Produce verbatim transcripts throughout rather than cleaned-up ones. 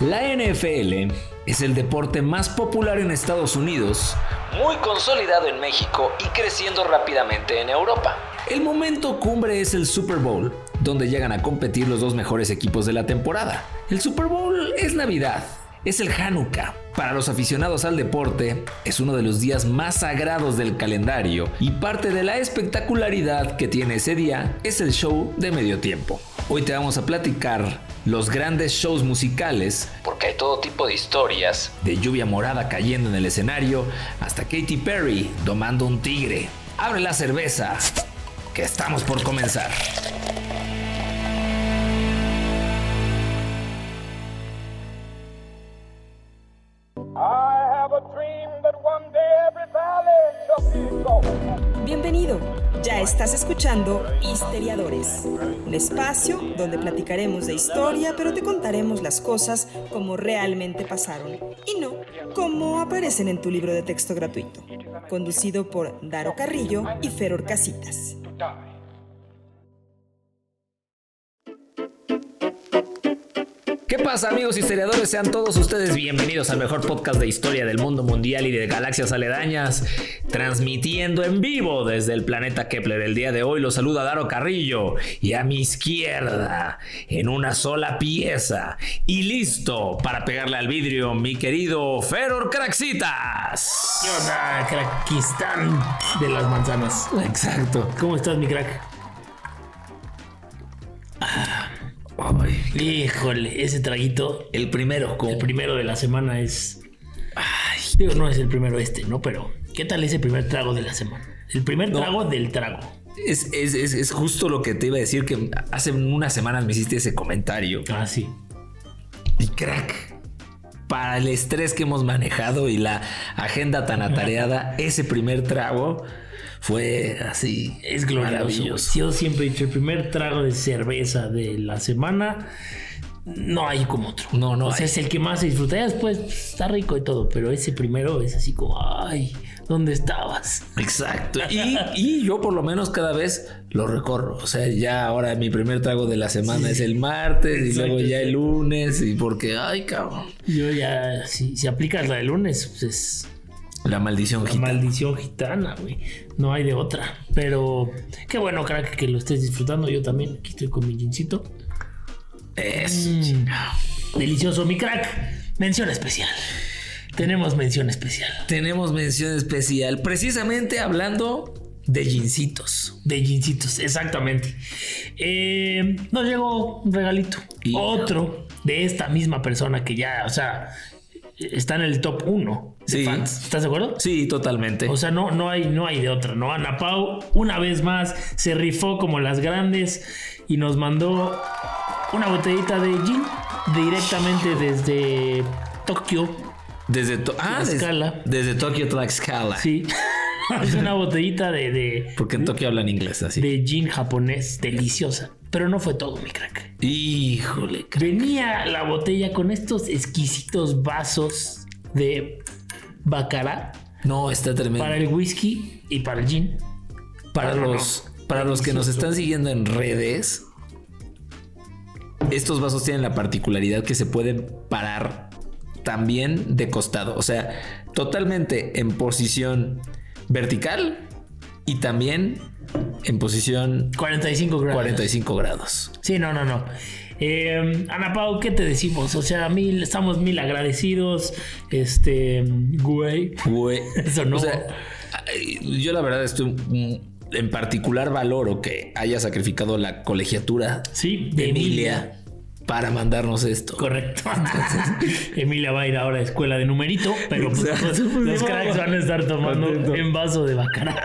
La N F L es el deporte más popular en Estados Unidos, muy consolidado en México y creciendo rápidamente en Europa. El momento cumbre es el Super Bowl, donde llegan a competir los dos mejores equipos de la temporada. El Super Bowl es Navidad, es el Hanukkah. Para los aficionados al deporte, es uno de los días más sagrados del calendario y parte de la espectacularidad que tiene ese día es el show de medio tiempo. Hoy te vamos a platicar los grandes shows musicales, porque hay todo tipo de historias, de lluvia morada cayendo en el escenario hasta Katy Perry domando un tigre. Abre la cerveza, que estamos por comenzar. Bienvenido, ya estás escuchando Histeriadores, un espacio donde platicaremos de historia, pero te contaremos las cosas como realmente pasaron y no como aparecen en tu libro de texto gratuito. Conducido por Daro Carrillo y Feror Casitas. ¿Qué pasa, amigos historiadores? Sean todos ustedes bienvenidos al mejor podcast de historia del mundo mundial y de galaxias aledañas, transmitiendo en vivo desde el planeta Kepler. El día de hoy los saluda Daro Carrillo y a mi izquierda, en una sola pieza y listo para pegarle al vidrio, mi querido Feror Craxitas. ¿Qué onda, crackistán de las manzanas? Exacto. ¿Cómo estás, mi crack? Ah. Ay, híjole, ese traguito. El primero, ¿cómo? El primero de la semana es. Ay, digo, no es el primero este, ¿no? Pero, ¿qué tal ese primer trago de la semana? El primer no. trago del trago. Es, es, es, es justo lo que te iba a decir, que hace unas semanas me hiciste ese comentario. Ah, sí. Y crack, para el estrés que hemos manejado y la agenda tan atareada, ese primer trago fue así, es glorioso. Yo siempre he dicho, el primer trago de cerveza de la semana no hay como otro. No, no. O sea, hay. Es el que más se disfruta. Ya después está rico y todo, pero ese primero es así como, ay, ¿dónde estabas? Exacto. Y, y yo por lo menos cada vez lo recorro. O sea, ya ahora mi primer trago de la semana sí. es el martes. Exacto. Y luego ya el lunes. Y porque, ay, cabrón. Yo ya, si, si aplicas la de lunes, pues es... La maldición la gitana. La maldición gitana, güey. No hay de otra. Pero qué bueno, crack, que lo estés disfrutando. Yo también. Aquí estoy con mi gincito. Eso. Mm, delicioso, mi crack. Mención especial. Tenemos mención especial. Tenemos mención especial. Precisamente hablando de gincitos. De gincitos, exactamente. Eh, nos llegó un regalito. Y otro de esta misma persona que ya, o sea... está en el top uno de sí. fans. ¿Estás de acuerdo? Sí, totalmente. O sea, no, no, hay, no hay de otra, ¿no? Ana Pau, una vez más, se rifó como las grandes y nos mandó una botellita de gin directamente desde Tokio. Desde to- ah, Tlaxcala. Desde, desde Tokio, Tlaxcala. Sí. Es una botellita de, de... Porque en Tokio hablan inglés así. De gin japonés, deliciosa. Pero no fue todo, mi crack. Híjole, crack. Venía la botella con estos exquisitos vasos de Baccarat. No, está tremendo. Para el whisky y para el gin. Para no, los, no. Para los que nos están siguiendo en redes, estos vasos tienen la particularidad que se pueden parar también de costado. O sea, totalmente en posición vertical y también en posición cuarenta y cinco grados. cuarenta y cinco grados. Sí, no, no, no. Eh, Ana Pau, ¿qué te decimos? O sea, mil, estamos mil agradecidos. Este, güey. Güey. Eso no. O sea, yo la verdad estoy en particular valoro que haya sacrificado la colegiatura sí, de, de Emilia. Emilia para mandarnos esto. Correcto. Emilia va a ir ahora a escuela de numerito, pero pues, pues, los cracks van a estar tomando Correcto. En vaso de Baccarat.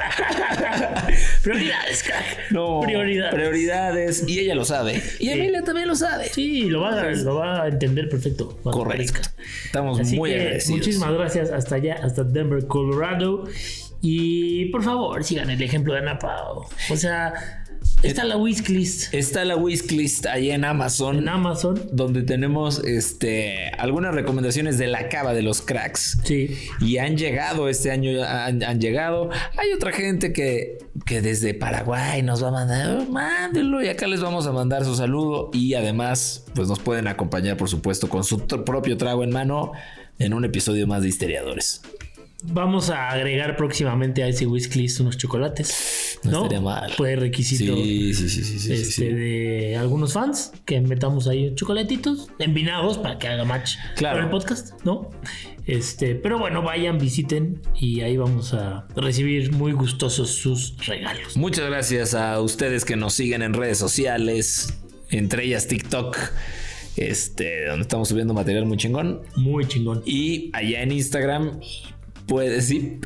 Prioridades, crack. No, prioridades. Prioridades. Y ella lo sabe. Y sí. Emilia también lo sabe. Sí, lo va a, lo va a entender perfecto. Correcto. Estamos Así muy que, agradecidos. Muchísimas gracias hasta allá, hasta Denver, Colorado. Y por favor, sigan el ejemplo de Ana Pau. O sea... Está la wishlist. Está la wishlist ahí en Amazon. En Amazon. Donde tenemos este, algunas recomendaciones de la cava de los cracks. Sí. Y han llegado este año, han, han llegado. Hay otra gente que, que desde Paraguay nos va a mandar, oh, mándenlo, y acá les vamos a mandar su saludo. Y además, pues nos pueden acompañar, por supuesto, con su t- propio trago en mano en un episodio más de Histeriadores. Vamos a agregar próximamente a ese wishlist unos chocolates. No, no estaría mal. Fue requisito sí, sí, sí, sí, sí, este, sí, sí. de algunos fans que metamos ahí chocolatitos envinados para que haga match claro. con el podcast, ¿no? Este, pero bueno, vayan, visiten y ahí vamos a recibir muy gustosos sus regalos. Muchas gracias a ustedes que nos siguen en redes sociales, entre ellas TikTok, este, donde estamos subiendo material muy chingón. Muy chingón. Y allá en Instagram, puedes sí.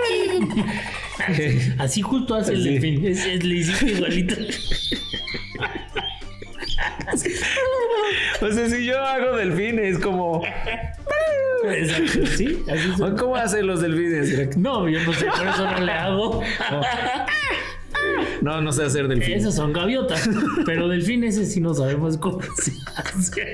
Así justo hace el delfín. Es, es, le hiciste igualito. O sea, si yo hago delfines, es como. Exacto, sí. Así son. ¿Cómo hacen los delfines? No, yo no sé, por eso no le hago. No, no sé hacer delfines. Esas son gaviotas, pero delfines ese sí no sabemos cómo se hace.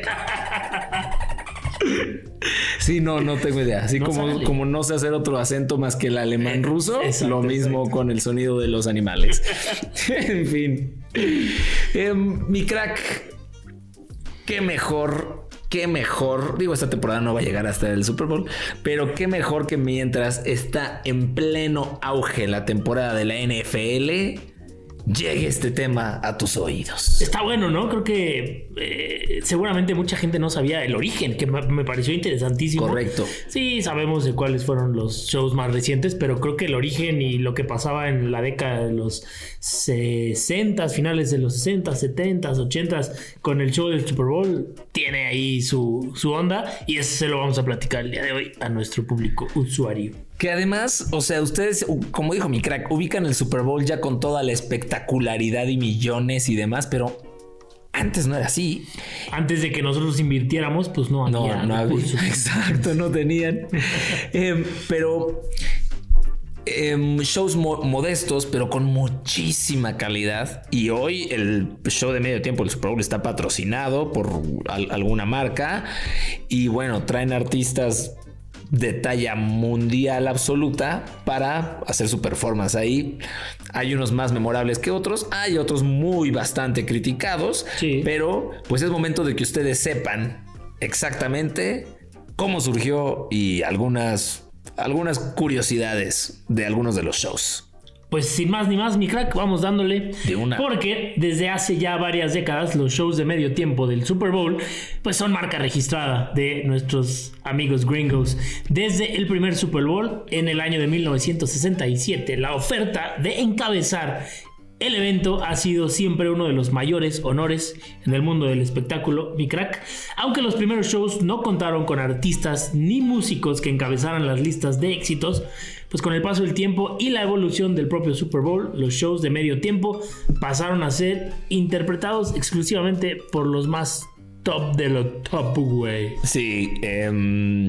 Sí, no, no tengo idea. Así no como, como no sé hacer otro acento más que el alemán eh, ruso, exacto, lo mismo exacto. con el sonido de los animales. En fin. Eh, mi crack, qué mejor, qué mejor. Digo, esta temporada no va a llegar hasta el Super Bowl, pero qué mejor que mientras está en pleno auge la temporada de la N F L, llegue este tema a tus oídos. Está bueno, ¿no? Creo que eh, seguramente mucha gente no sabía el origen, que me pareció interesantísimo. Correcto. Sí, sabemos de cuáles fueron los shows más recientes, pero creo que el origen y lo que pasaba en la década de los sesenta, finales de los sesenta, setenta, ochenta, con el show del Super Bowl, tiene ahí su, su onda, y eso se lo vamos a platicar el día de hoy a nuestro público usuario. Que además, o sea, ustedes, como dijo mi crack, ubican el Super Bowl ya con toda la espectacularidad y millones y demás, pero antes no era así. Antes de que nosotros invirtiéramos, pues no había. No, no había. Exacto, no tenían. eh, pero eh, shows mo- modestos, pero con muchísima calidad. Y hoy el show de medio tiempo, el Super Bowl, está patrocinado por al- alguna marca. Y bueno, traen artistas de talla mundial absoluta para hacer su performance ahí. Hay unos más memorables que otros, hay otros muy bastante criticados, sí. Pero pues es momento de que ustedes sepan exactamente cómo surgió y algunas, algunas curiosidades de algunos de los shows. Pues sin más ni más, mi crack, vamos dándole. De una. Porque desde hace ya varias décadas los shows de medio tiempo del Super Bowl pues son marca registrada de nuestros amigos gringos. Desde el primer Super Bowl en el año de mil novecientos sesenta y siete, la oferta de encabezar el evento ha sido siempre uno de los mayores honores en el mundo del espectáculo, mi crack. Aunque los primeros shows no contaron con artistas ni músicos que encabezaran las listas de éxitos, pues con el paso del tiempo y la evolución del propio Super Bowl, los shows de medio tiempo pasaron a ser interpretados exclusivamente por los más top de los top, güey. Sí, eh,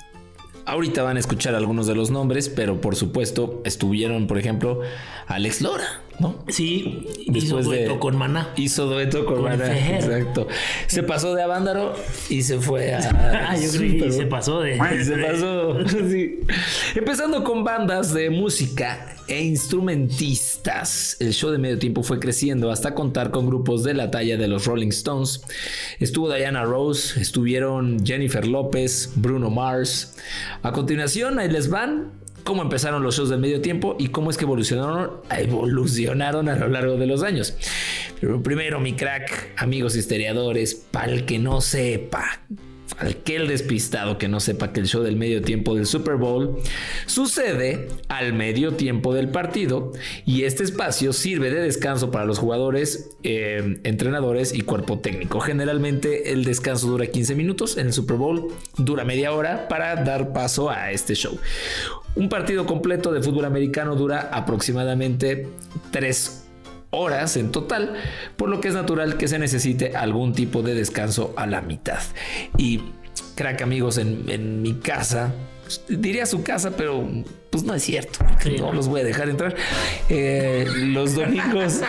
ahorita van a escuchar algunos de los nombres, pero por supuesto estuvieron, por ejemplo, Alex Lora, ¿no? Sí, Después hizo dueto de, con Maná. Hizo dueto con, con Maná, Fejer. Exacto. Se pasó de Avándaro y se fue a... Ah, yo creo que se pasó de... Se pasó, sí. Empezando con bandas de música e instrumentistas, el show de medio tiempo fue creciendo hasta contar con grupos de la talla de los Rolling Stones. Estuvo Diana Ross, estuvieron Jennifer López, Bruno Mars. A continuación, ahí les van cómo empezaron los shows del medio tiempo y cómo es que evolucionaron, evolucionaron a lo largo de los años. Pero primero, mi crack, amigos historiadores, para el que no sepa, aquel despistado que no sepa que el show del medio tiempo del Super Bowl sucede al medio tiempo del partido y este espacio sirve de descanso para los jugadores, eh, entrenadores y cuerpo técnico. Generalmente el descanso dura quince minutos, en el Super Bowl dura media hora para dar paso a este show. Un partido completo de fútbol americano dura aproximadamente tres horas en total, por lo que es natural que se necesite algún tipo de descanso a la mitad. Y crack, amigos, en, en mi casa, diría su casa, pero pues no es cierto, sí, no los voy a dejar entrar. Eh, los domingos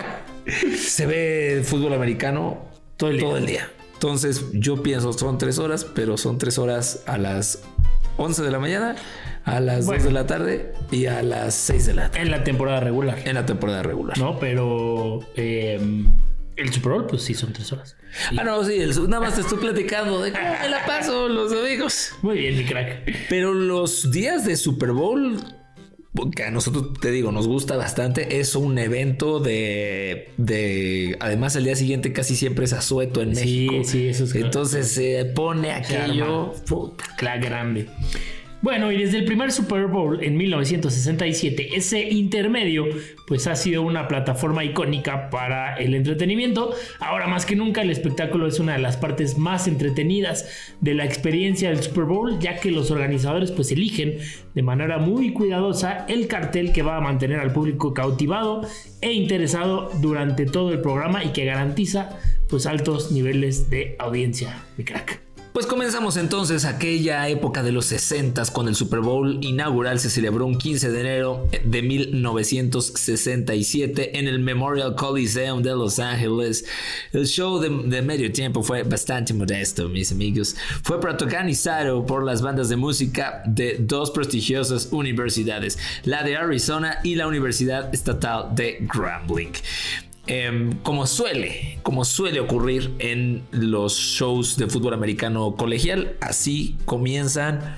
se ve fútbol americano todo el día. Todo el día. Entonces yo pienso, son tres horas, pero son tres horas a las once de la mañana, a las bueno, dos de la tarde y a las seis de la tarde. En la temporada regular. En la temporada regular. No, pero eh, el Super Bowl, pues sí, son tres horas. Sí. Ah, no, sí, el, nada más te estoy platicando de cómo me la paso los amigos. Muy bien, mi crack. Pero los días de Super Bowl, que a nosotros, te digo, nos gusta bastante, es un evento de, de además el día siguiente casi siempre es asueto en sí, México. Sí, eso es entonces se eh, pone aquello puta, la grande. Bueno, y desde el primer Super Bowl en mil novecientos sesenta y siete, ese intermedio pues ha sido una plataforma icónica para el entretenimiento. Ahora más que nunca el espectáculo es una de las partes más entretenidas de la experiencia del Super Bowl, ya que los organizadores pues eligen de manera muy cuidadosa el cartel que va a mantener al público cautivado e interesado durante todo el programa y que garantiza pues altos niveles de audiencia, mi crack. Pues comenzamos entonces aquella época de los sesentas, cuando el Super Bowl inaugural se celebró un quince de enero de mil novecientos sesenta y siete en el Memorial Coliseum de Los Ángeles. El show de, de medio tiempo fue bastante modesto, mis amigos. Fue protagonizado por las bandas de música de dos prestigiosas universidades, la de Arizona y la Universidad Estatal de Grambling. Eh, como suele, como suele ocurrir en los shows de fútbol americano colegial, así comienzan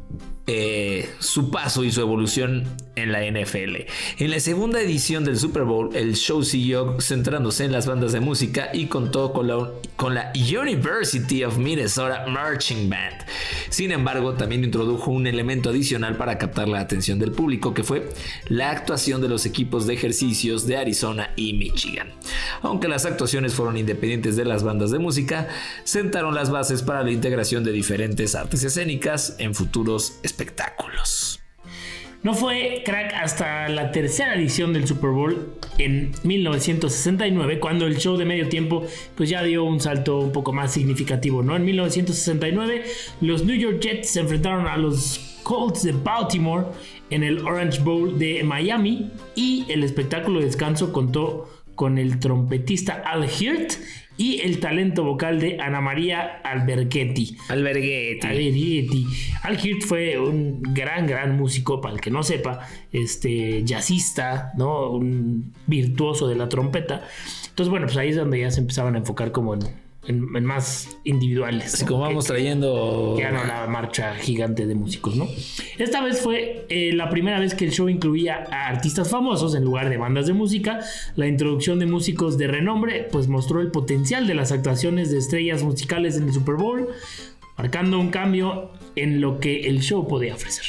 eh, su paso y su evolución en la N F L. En la segunda edición del Super Bowl, el show siguió centrándose en las bandas de música y contó con la, con la University of Minnesota Marching Band. Sin embargo, también introdujo un elemento adicional para captar la atención del público, que fue la actuación de los equipos de ejercicios de Arizona y Michigan. Aunque las actuaciones fueron independientes de las bandas de música, sentaron las bases para la integración de diferentes artes escénicas en futuros espectáculos. No fue, crack, hasta la tercera edición del Super Bowl en mil novecientos sesenta y nueve cuando el show de medio tiempo pues ya dio un salto un poco más significativo, ¿no? En mil novecientos sesenta y nueve los New York Jets se enfrentaron a los Colts de Baltimore en el Orange Bowl de Miami y el espectáculo de descanso contó con el trompetista Al Hirt y el talento vocal de Ana María Alberghetti. Alberghetti. Alberghetti. Al Hirt fue un gran, gran músico, para el que no sepa, este, jazzista, ¿no? Un virtuoso de la trompeta. Entonces, bueno, pues ahí es donde ya se empezaban a enfocar como en, en, en más individuales. Así como vamos que, trayendo... Ya no la marcha gigante de músicos, ¿no? Esta vez fue eh, la primera vez que el show incluía a artistas famosos en lugar de bandas de música. La introducción de músicos de renombre pues mostró el potencial de las actuaciones de estrellas musicales en el Super Bowl, marcando un cambio en lo que el show podía ofrecer.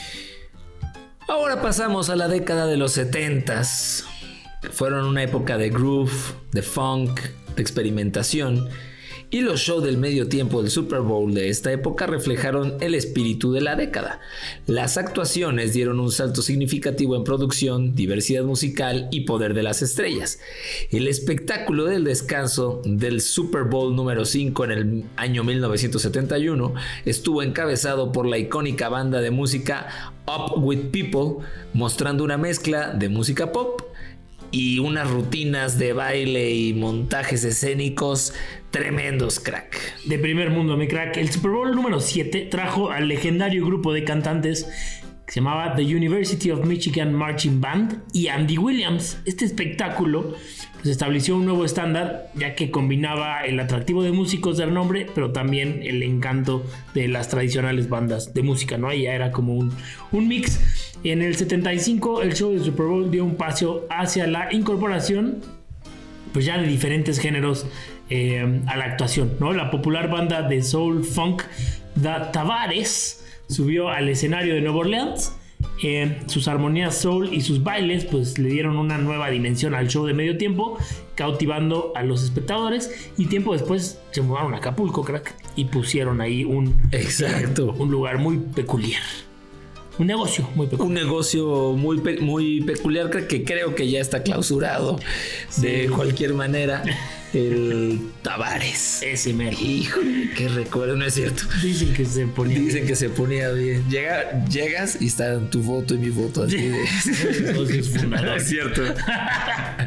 Ahora pasamos a la década de los setentas. Fueron una época de groove, de funk, de experimentación, y los shows del medio tiempo del Super Bowl de esta época reflejaron el espíritu de la década. Las actuaciones dieron un salto significativo en producción, diversidad musical y poder de las estrellas. El espectáculo del descanso del Super Bowl número cinco en el año mil novecientos setenta y uno estuvo encabezado por la icónica banda de música Up With People, mostrando una mezcla de música pop y unas rutinas de baile y montajes escénicos tremendos, crack. De primer mundo, mi crack. El Super Bowl número siete trajo al legendario grupo de cantantes que se llamaba The University of Michigan Marching Band y Andy Williams. Este espectáculo pues estableció un nuevo estándar, ya que combinaba el atractivo de músicos de renombre, pero también el encanto de las tradicionales bandas de música, ¿no? Y ya era como un, un mix. En el setenta y cinco el show del Super Bowl dio un paso hacia la incorporación pues ya de diferentes géneros eh, a la actuación, ¿no? La popular banda de soul funk The Tavares subió al escenario de Nueva Orleans. Eh, sus armonías soul y sus bailes pues le dieron una nueva dimensión al show de medio tiempo, cautivando a los espectadores, y tiempo después se mudaron a Acapulco, crack, y pusieron ahí un, exacto, un lugar muy peculiar. Un negocio muy peculiar. Un negocio muy, pe- muy peculiar que creo que ya está clausurado. Sí. De cualquier manera. El Tavares. Ese mero. Híjole, qué recuerdo, no es cierto. Dicen que se ponía Dicen bien. que se ponía bien. Llega, llegas y está tu foto y mi foto así de... Entonces, no es cierto.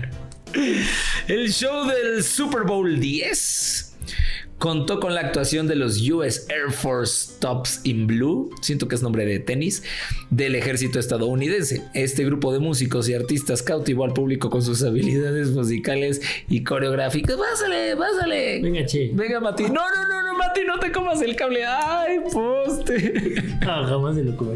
El show del Super Bowl diez contó con la actuación de los U S Air Force Tops in Blue, siento que es nombre de tenis, del ejército estadounidense. Este grupo de músicos y artistas cautivó al público con sus habilidades musicales y coreográficas. ¡Pásale, pásale! Venga, che. Venga, Mati. No, no, no, no, Mati, no te comas el cable. ¡Ay, poste! No, jamás se lo come.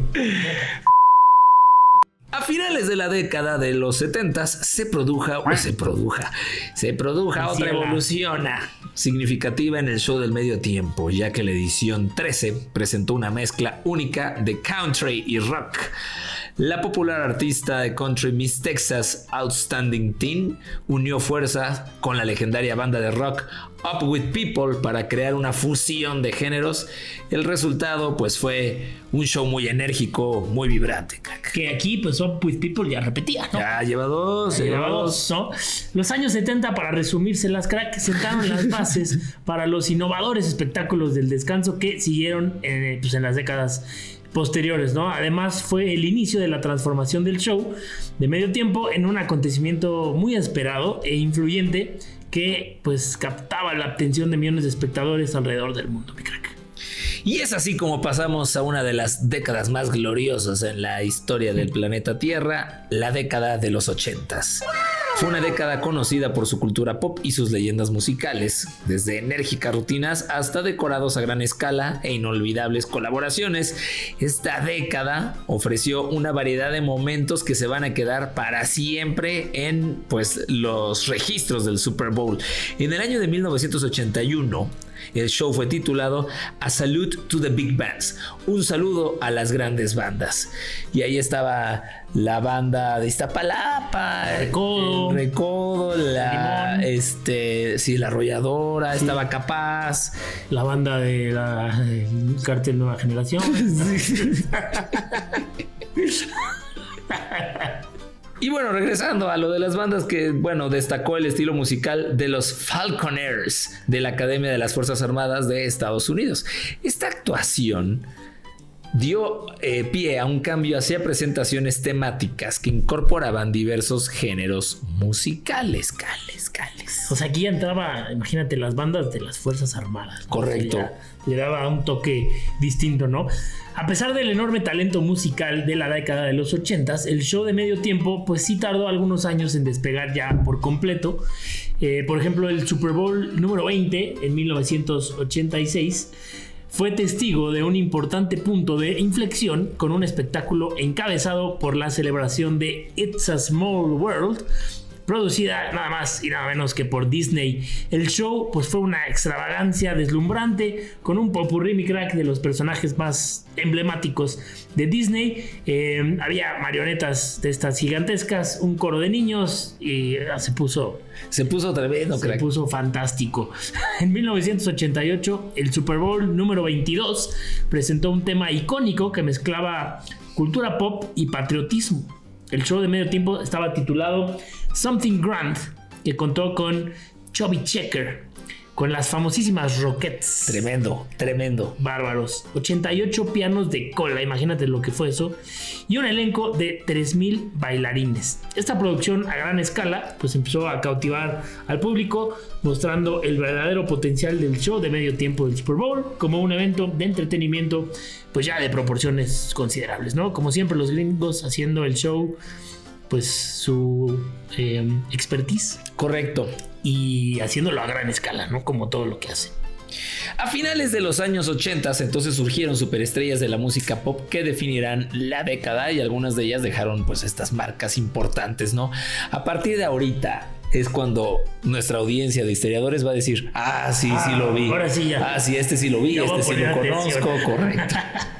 A finales de la década de los setentas se produja, o se produja, se produja otra evolución significativa en el show del medio tiempo, ya que la edición trece presentó una mezcla única de country y rock. La popular artista de country Miss Texas Outstanding Teen unió fuerzas con la legendaria banda de rock Up With People para crear una fusión de géneros. El resultado pues fue un show muy enérgico, muy vibrante. Que aquí pues Up With People ya repetía, ¿no? Ya lleva dos, ya lleva dos, ¿no? Los años setenta, para resumírselas, crack, sentaron las bases para los innovadores espectáculos del descanso que siguieron eh, pues, en las décadas posteriores, ¿no? Además fue el inicio de la transformación del show de medio tiempo en un acontecimiento muy esperado e influyente que pues captaba la atención de millones de espectadores alrededor del mundo, mi crack. Y es así como pasamos a una de las décadas más gloriosas en la historia del planeta Tierra, la década de los ochentas. Fue una década conocida por su cultura pop y sus leyendas musicales, desde enérgicas rutinas hasta decorados a gran escala e inolvidables colaboraciones. Esta década ofreció una variedad de momentos que se van a quedar para siempre en pues, los registros del Super Bowl. En el año de mil novecientos ochenta y uno, el show fue titulado A Salute to the Big Bands, un saludo a las grandes bandas. Y ahí estaba la banda de Iztapalapa, Recodo, el Recodo, la, este, sí, la Arrolladora, sí. Estaba Capaz, la banda de la el Cártel Nueva Generación. Y bueno, regresando a lo de las bandas que, bueno, destacó el estilo musical de los Falconers de la Academia de las Fuerzas Armadas de Estados Unidos. Esta actuación dio eh, pie a un cambio hacia presentaciones temáticas que incorporaban diversos géneros musicales. Cales, cales. O sea, aquí ya entraba, imagínate, las bandas de las Fuerzas Armadas. Correcto. Ya, le daba un toque distinto, ¿no? A pesar del enorme talento musical de la década de los ochentas, el show de medio tiempo pues sí tardó algunos años en despegar ya por completo. Eh, por ejemplo, el Super Bowl número veinte en mil novecientos ochenta y seis fue testigo de un importante punto de inflexión con un espectáculo encabezado por la celebración de It's a Small World, producida nada más y nada menos que por Disney. El show pues fue una extravagancia deslumbrante con un popurrí, mi crack, de los personajes más emblemáticos de Disney. Eh, había marionetas de estas gigantescas, un coro de niños y ah, se puso se puso tremendo, se crack. puso fantástico. En mil novecientos ochenta y ocho, el Super Bowl número veintidós presentó un tema icónico que mezclaba cultura pop y patriotismo. El show de medio tiempo estaba titulado Something Grand, que contó con Chubby Checker, con las famosísimas Rockettes. Tremendo, tremendo. Bárbaros. ochenta y ocho pianos de cola, imagínate lo que fue eso. Y un elenco de tres mil bailarines. Esta producción a gran escala pues empezó a cautivar al público, mostrando el verdadero potencial del show de medio tiempo del Super Bowl como un evento de entretenimiento pues ya de proporciones considerables, ¿no? Como siempre, los gringos haciendo el show pues su eh, expertise. Correcto. Y haciéndolo a gran escala, ¿no? Como todo lo que hacen. A finales de los años ochenta, entonces surgieron superestrellas de la música pop que definirán la década y algunas de ellas dejaron pues estas marcas importantes, ¿no? A partir de ahorita es cuando nuestra audiencia de historiadores va a decir, ah, sí, ah, sí lo vi. Ahora sí ya. Ah, sí, este sí lo vi, ya este sí lo atención. Conozco, correcto.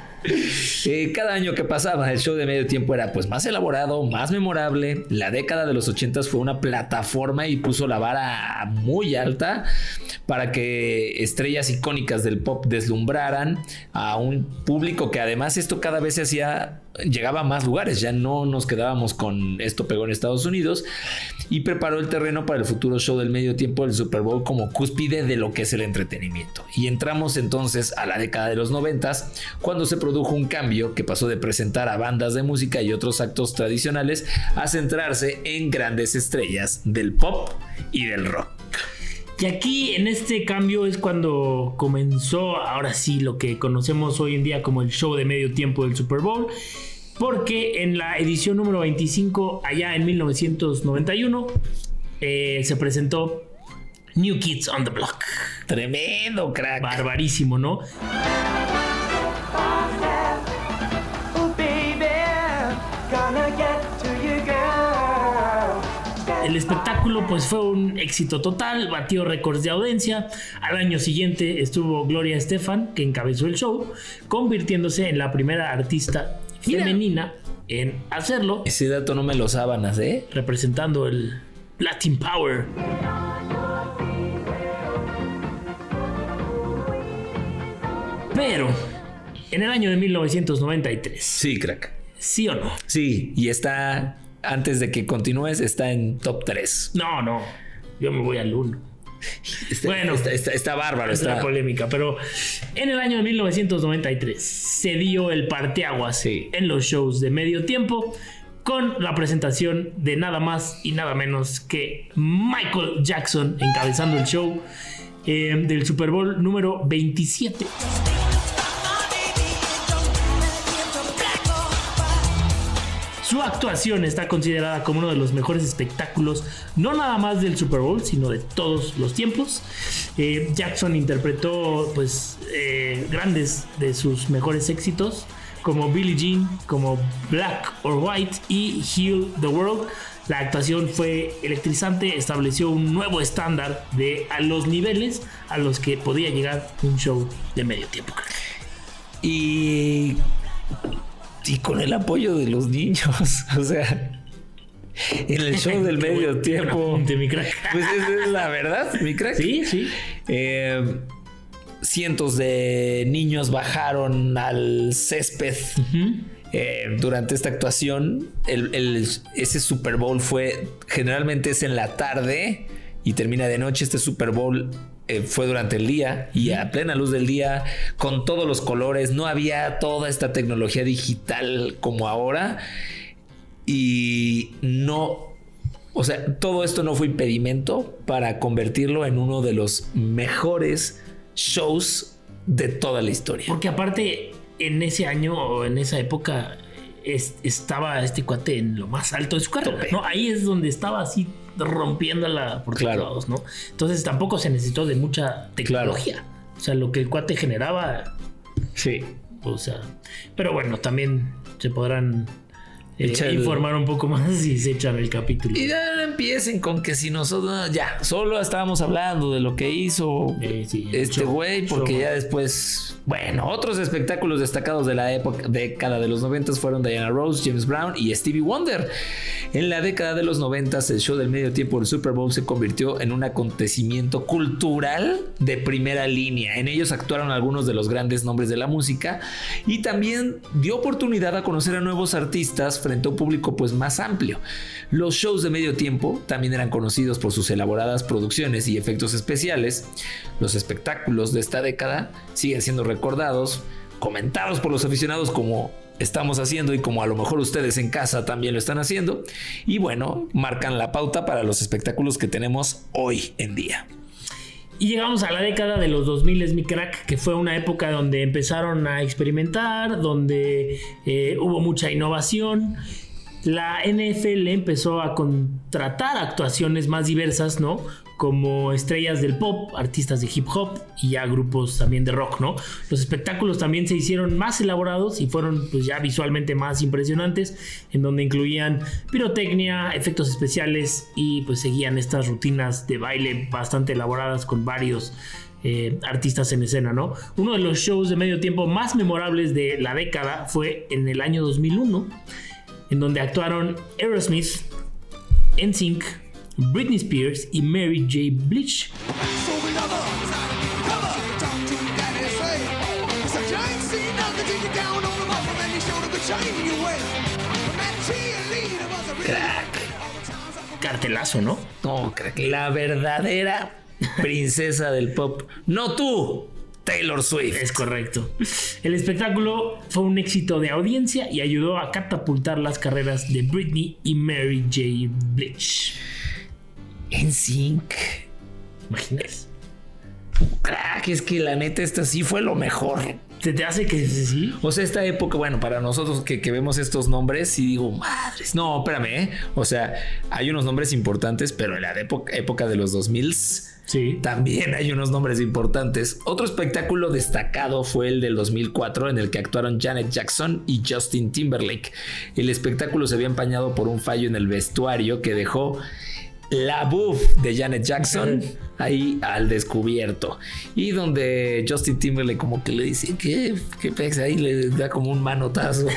Eh, cada año que pasaba el show de medio tiempo era pues más elaborado, más memorable. La década de los ochentas fue una plataforma y puso la vara muy alta para que estrellas icónicas del pop deslumbraran a un público que además esto cada vez se hacía, llegaba a más lugares, ya no nos quedábamos con esto pegó en Estados Unidos. y preparó el terreno para el futuro show del medio tiempo del Super Bowl como cúspide de lo que es el entretenimiento. Y entramos entonces a la década de los noventas, cuando se produjo un cambio que pasó de presentar a bandas de música y otros actos tradicionales a centrarse en grandes estrellas del pop y del rock. Y aquí en este cambio es cuando comenzó ahora sí lo que conocemos hoy en día como el show de medio tiempo del Super Bowl, porque en la edición número veinticinco, allá en mil novecientos noventa y uno, eh, se presentó New Kids on the Block. Tremendo, crack. Barbarísimo, ¿no? El espectáculo pues fue un éxito total, batió récords de audiencia. Al año siguiente estuvo Gloria Estefan, que encabezó el show, convirtiéndose en la primera artista Mira. femenina en hacerlo. Ese dato no me lo sábanas, ¿eh? Representando el Latin Power. Pero en el año de mil novecientos noventa y tres. Sí, crack. ¿Sí o no? Sí, y está... Antes de que continúes, está en top tres. No, no. Yo me voy al uno. Está, bueno, está, está, está bárbaro. Es está una polémica, pero en el año de mil novecientos noventa y tres se dio el parteaguas sí. en los shows de medio tiempo con la presentación de nada más y nada menos que Michael Jackson encabezando el show eh, del Super Bowl número veintisiete. Su actuación está considerada como uno de los mejores espectáculos, no nada más del Super Bowl, sino de todos los tiempos. Eh, Jackson interpretó pues eh, grandes de sus mejores éxitos, como Billie Jean, como Black or White y Heal the World. La actuación fue electrizante, estableció un nuevo estándar de a los niveles a los que podía llegar un show de medio tiempo. Y... Y con el apoyo de los niños, o sea, en el show del medio tiempo. De mi crack. Pues es, es la verdad, mi crack. Sí, sí. Eh, cientos de niños bajaron al césped uh-huh. eh, durante esta actuación. El, el, ese Super Bowl fue, generalmente es en la tarde y termina de noche. Este Super Bowl Eh, fue durante el día y a plena luz del día, con todos los colores. No había toda esta tecnología digital como ahora y no, o sea, todo esto no fue impedimento para convertirlo en uno de los mejores shows de toda la historia. Porque aparte en ese año o en esa época es, estaba este cuate en lo más alto de su carrera, ¿no? Ahí es donde estaba así rompiéndola por claro. todos lados, ¿no? Entonces tampoco se necesitó de mucha tecnología. Claro. O sea, lo que el cuate generaba. Sí. O sea, pero bueno, también se podrán eh, informar un poco más si se echan el capítulo. Y ya no empiecen con que si nosotros ya solo estábamos hablando de lo que hizo eh, sí, este güey, porque show. Ya después, bueno, otros espectáculos destacados de la época, década de los noventas fueron Diana Ross, James Brown y Stevie Wonder. En la década de los noventas, el show del medio tiempo del Super Bowl se convirtió en un acontecimiento cultural de primera línea. En ellos actuaron algunos de los grandes nombres de la música y también dio oportunidad a conocer a nuevos artistas frente a un público pues más amplio. Los shows de medio tiempo también eran conocidos por sus elaboradas producciones y efectos especiales. Los espectáculos de esta década siguen siendo recordados, comentados por los aficionados como estamos haciendo y como a lo mejor ustedes en casa también lo están haciendo, y bueno, marcan la pauta para los espectáculos que tenemos hoy en día. Y llegamos a la década de los dos mil, mi crack, que fue una época donde empezaron a experimentar, donde eh, hubo mucha innovación. La N F L empezó a contratar actuaciones más diversas, ¿no? Como estrellas del pop, artistas de hip hop y ya grupos también de rock, ¿no? Los espectáculos también se hicieron más elaborados y fueron pues ya visualmente más impresionantes, en donde incluían pirotecnia, efectos especiales y pues seguían estas rutinas de baile bastante elaboradas con varios eh, artistas en escena, ¿no? Uno de los shows de medio tiempo más memorables de la década fue en el año dos mil uno, en donde actuaron Aerosmith, N Sync, Britney Spears y Mary J. Blige. Crack. cartelazo, ¿no? No, crack, la verdadera princesa del pop. No tú, Taylor Swift. Es correcto. El espectáculo fue un éxito de audiencia y ayudó a catapultar las carreras de Britney y Mary J. Blige. N Sync. ¿Imaginas? Crack, es que la neta esta sí fue lo mejor. ¿Te, te hace que sí? O sea, esta época, bueno, para nosotros que, que vemos estos nombres y digo, madres. No, espérame, ¿eh? O sea, hay unos nombres importantes, pero en la época, época de los dos mil sí, también hay unos nombres importantes. Otro espectáculo destacado fue el del dos mil cuatro, en el que actuaron Janet Jackson y Justin Timberlake. El espectáculo se había empañado por un fallo en el vestuario que dejó la buff de Janet Jackson ahí al descubierto, y donde Justin Timberlake como que le dice que qué pex, ahí le da como un manotazo.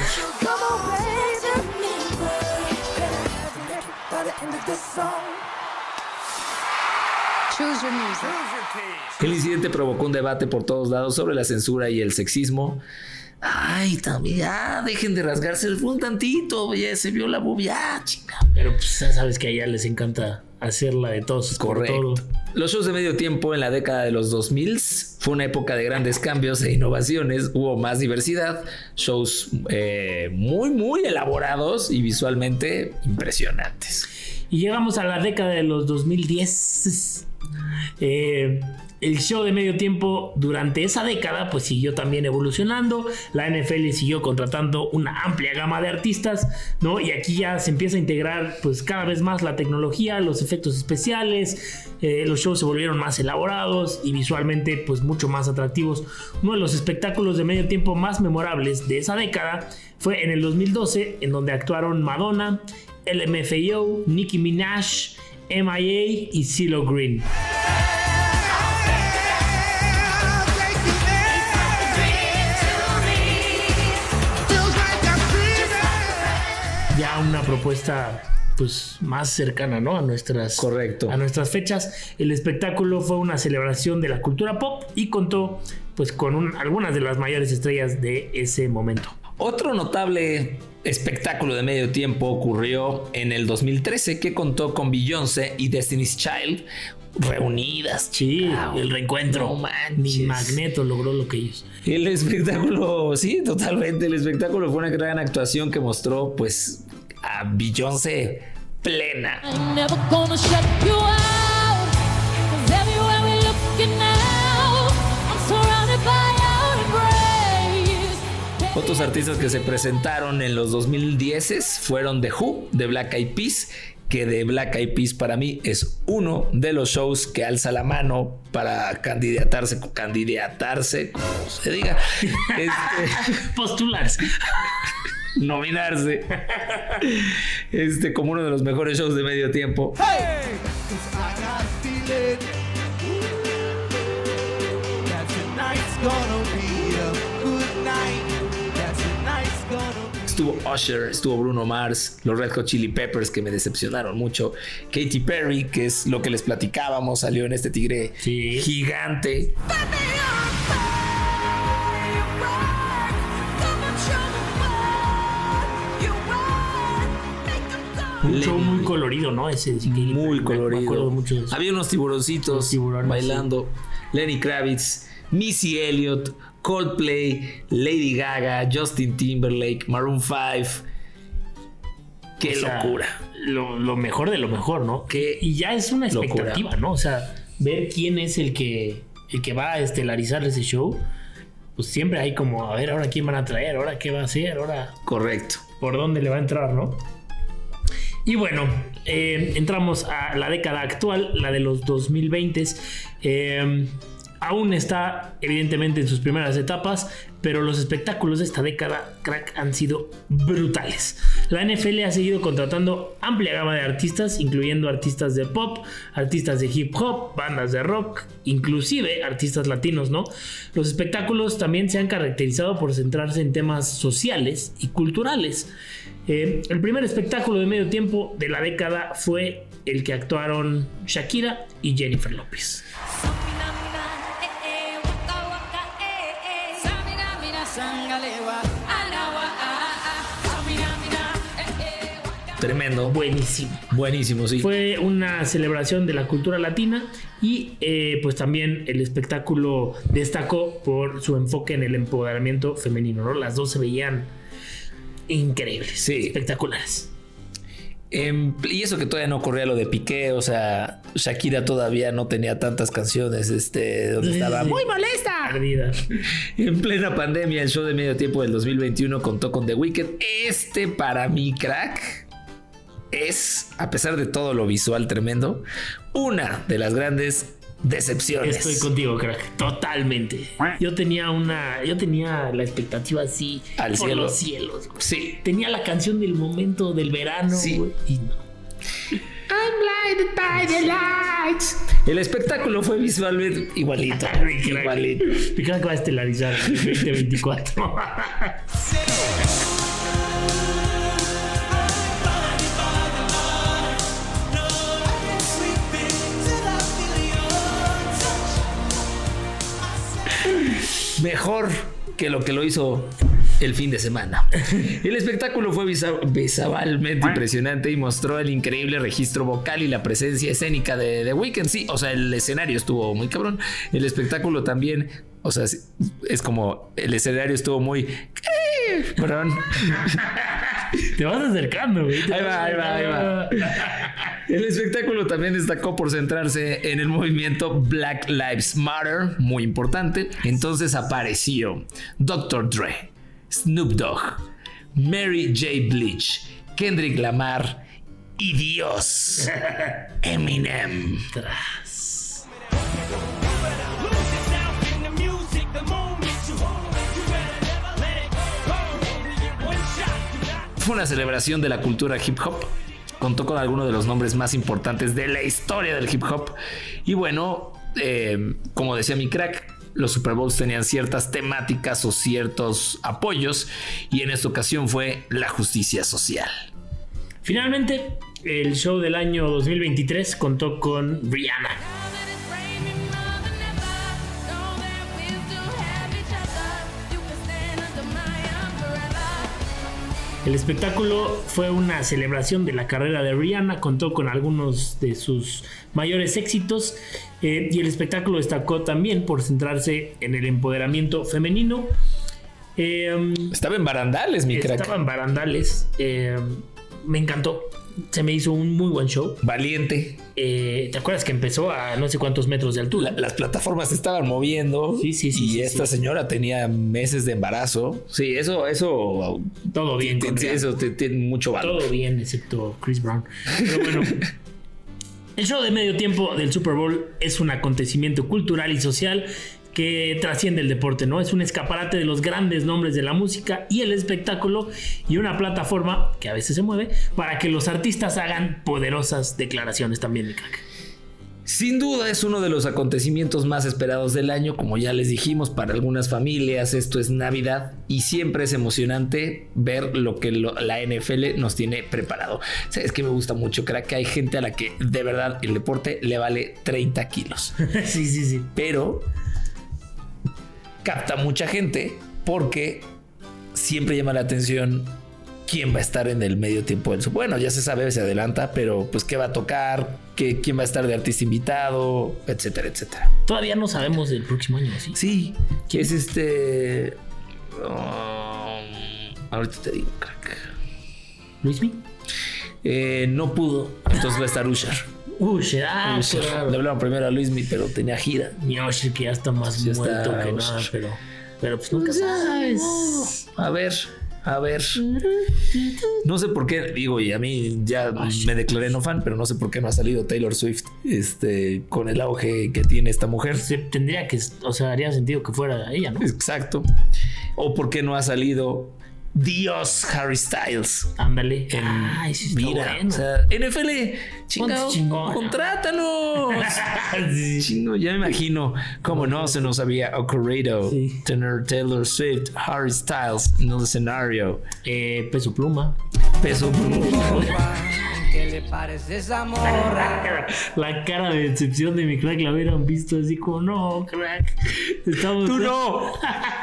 El incidente provocó un debate por todos lados sobre la censura y el sexismo. Ay, también, ya, dejen de rasgarse el un tantito, ya se vio la bubia, chinga. Pero pues ya sabes que a ella les encanta hacerla de todos. Correcto. Todo. Los shows de medio tiempo en la década de los dos mil fue una época de grandes cambios e innovaciones. Hubo más diversidad, shows eh, muy, muy elaborados y visualmente impresionantes. Y llegamos a la década de los dos mil diez. Eh... El show de medio tiempo durante esa década pues siguió también evolucionando. La N F L siguió contratando una amplia gama de artistas, ¿no? Y aquí ya se empieza a integrar pues cada vez más la tecnología, los efectos especiales. Eh, los shows se volvieron más elaborados y visualmente pues mucho más atractivos. Uno de los espectáculos de medio tiempo más memorables de esa década fue en el dos mil doce, en donde actuaron Madonna, L M F A O, Nicki Minaj, M I A y CeeLo Green. Ya una propuesta pues más cercana, ¿no? A nuestras, Correcto. a nuestras fechas. El espectáculo fue una celebración de la cultura pop y contó pues con un, algunas de las mayores estrellas de ese momento. Otro notable espectáculo de medio tiempo ocurrió en el dos mil trece, que contó con Beyoncé y Destiny's Child reunidas. Sí, wow, el reencuentro. No manches. Ni Magneto logró lo que ellos. El espectáculo, sí, totalmente. El espectáculo fue una gran actuación que mostró pues a Beyoncé plena. Otros artistas que se presentaron en los dos mil diez fueron The Who, de Black Eyed Peas, que de Black Eyed Peas para mí es uno de los shows que alza la mano para candidatarse, candidatarse, como se diga, este, postularse, nominarse, este, como uno de los mejores shows de medio tiempo. Hey, estuvo Usher, estuvo Bruno Mars, los Red Hot Chili Peppers, que me decepcionaron mucho, Katy Perry, que es lo que les platicábamos, salió en este tigre sí. gigante. Un show muy colorido, ¿no? Ese sí que muy me, colorido. Me acuerdo mucho de eso. Había unos tiburoncitos bailando. Sí. Lenny Kravitz, Missy Elliott, Coldplay, Lady Gaga, Justin Timberlake, Maroon cinco. Qué o sea, locura. Lo, lo mejor de lo mejor, ¿no? Qué y ya es una expectativa, locura. ¿no? O sea, ver quién es el que, el que va a estelarizar ese show. Pues siempre hay como, a ver, ahora quién van a traer, ahora qué va a hacer, ahora. Correcto. Por dónde le va a entrar, ¿no? Y bueno, eh, entramos a la década actual, la de los dos mil veinte. Eh, aún está evidentemente en sus primeras etapas, pero los espectáculos de esta década, crack, han sido brutales. La N F L ha seguido contratando amplia gama de artistas, incluyendo artistas de pop, artistas de hip hop, bandas de rock, inclusive artistas latinos, ¿no? Los espectáculos también se han caracterizado por centrarse en temas sociales y culturales. Eh, el primer espectáculo de medio tiempo de la década fue el que actuaron Shakira y Jennifer López. tremendo. Buenísimo. Buenísimo, sí. Fue una celebración de la cultura latina y eh, pues también el espectáculo destacó por su enfoque en el empoderamiento femenino, ¿no? Las dos se veían increíbles, sí. espectaculares. Eh, y eso que todavía no ocurría lo de Piqué, o sea, Shakira todavía no tenía tantas canciones, este, donde estaba muy molesta. Perdida. En plena pandemia, el show de medio tiempo del dos mil veintiuno contó con The Weeknd. Este, para mí, crack, es, a pesar de todo lo visual tremendo, una de las grandes decepciones. Estoy contigo, crack, totalmente. Yo tenía una, yo tenía la expectativa así al por cielo. los cielos. Güey. Sí. Tenía la canción del momento del verano, sí. Güey, y no. I'm blinded by the lights. El espectáculo fue visualmente igualito. igualito. Mi crack va a estelarizar en el veinte veinticuatro. Mejor que lo que lo hizo el fin de semana. El espectáculo fue visualmente impresionante y mostró el increíble registro vocal y la presencia escénica de The Weeknd. Sí, o sea, el escenario estuvo muy cabrón. El espectáculo también, o sea, es como el escenario estuvo muy... Perdón. Te vas acercando, güey. Ahí va, ahí va, ahí va. El espectáculo también destacó por centrarse en el movimiento Black Lives Matter, muy importante. Entonces apareció doctor Dre, Snoop Dogg, Mary J. Blige, Kendrick Lamar y Dios, Eminem. Tras. Fue una celebración de la cultura hip hop. Contó con algunos de los nombres más importantes de la historia del hip hop. Y bueno, eh, como decía mi crack, los Super Bowls tenían ciertas temáticas o ciertos apoyos. Y en esta ocasión fue la justicia social. Finalmente, el show del año dos mil veintitrés contó con Rihanna. El espectáculo fue una celebración de la carrera de Rihanna, contó con algunos de sus mayores éxitos eh, y el espectáculo destacó también por centrarse en el empoderamiento femenino. Eh, estaba en barandales, mi crack. Estaba en barandales. Eh, me encantó. Se me hizo un muy buen show. Valiente. Eh, ¿Te acuerdas que empezó a no sé cuántos metros de altura? La, las plataformas se estaban moviendo. Sí, sí, sí. Y sí, esta sí. señora tenía meses de embarazo. Sí, eso, eso. Todo bien. T- t- eso tiene mucho valor. Todo bien, excepto Chris Brown. Pero bueno. El show de medio tiempo del Super Bowl es un acontecimiento cultural y social que trasciende el deporte, ¿no? Es un escaparate de los grandes nombres de la música y el espectáculo y una plataforma que a veces se mueve para que los artistas hagan poderosas declaraciones también, mi crack. Sin duda es uno de los acontecimientos más esperados del año, como ya les dijimos, para algunas familias esto es Navidad y siempre es emocionante ver lo que lo, la N F L nos tiene preparado. ¿Sabes qué me gusta mucho? Creo que hay gente a la que de verdad el deporte le vale treinta kilos. Sí, sí, sí. Pero capta mucha gente porque siempre llama la atención quién va a estar en el medio tiempo del... Bueno, ya se sabe, se adelanta, pero pues qué va a tocar, qué, quién va a estar de artista invitado, etcétera, etcétera. Todavía no sabemos del próximo año, ¿sí? Sí, que es este... Um, ahorita te digo, crack. ¿Luismi? Eh, no pudo, entonces va a estar Usher. Usher, ah, Usher. claro. Le hablaron primero a Luismi, pero tenía gira. Mi Usher que ya está más Ya muerto está que Usher. nada, pero, pero pues nunca sabes. A ver, a ver. No sé por qué, digo, y a mí ya me declaré no fan, pero no sé por qué no ha salido Taylor Swift este, con el auge que tiene esta mujer. Se tendría que, o sea, haría sentido que fuera ella, ¿no? Exacto. O por qué no ha salido Dios Harry Styles. Ándale. En, Ay, sí está mira, bueno. o sea, N F L, chingado, chingón. contrátalos. Sí. Chingo, ya me imagino cómo no se nos había ocurrido Sí. tener Taylor Swift, Harry Styles en el escenario. Eh, Peso Pluma. Peso ¿Qué le parece esa morra? La cara de decepción de mi crack la hubieran visto así como, no, crack. Estamos ¡Tú no!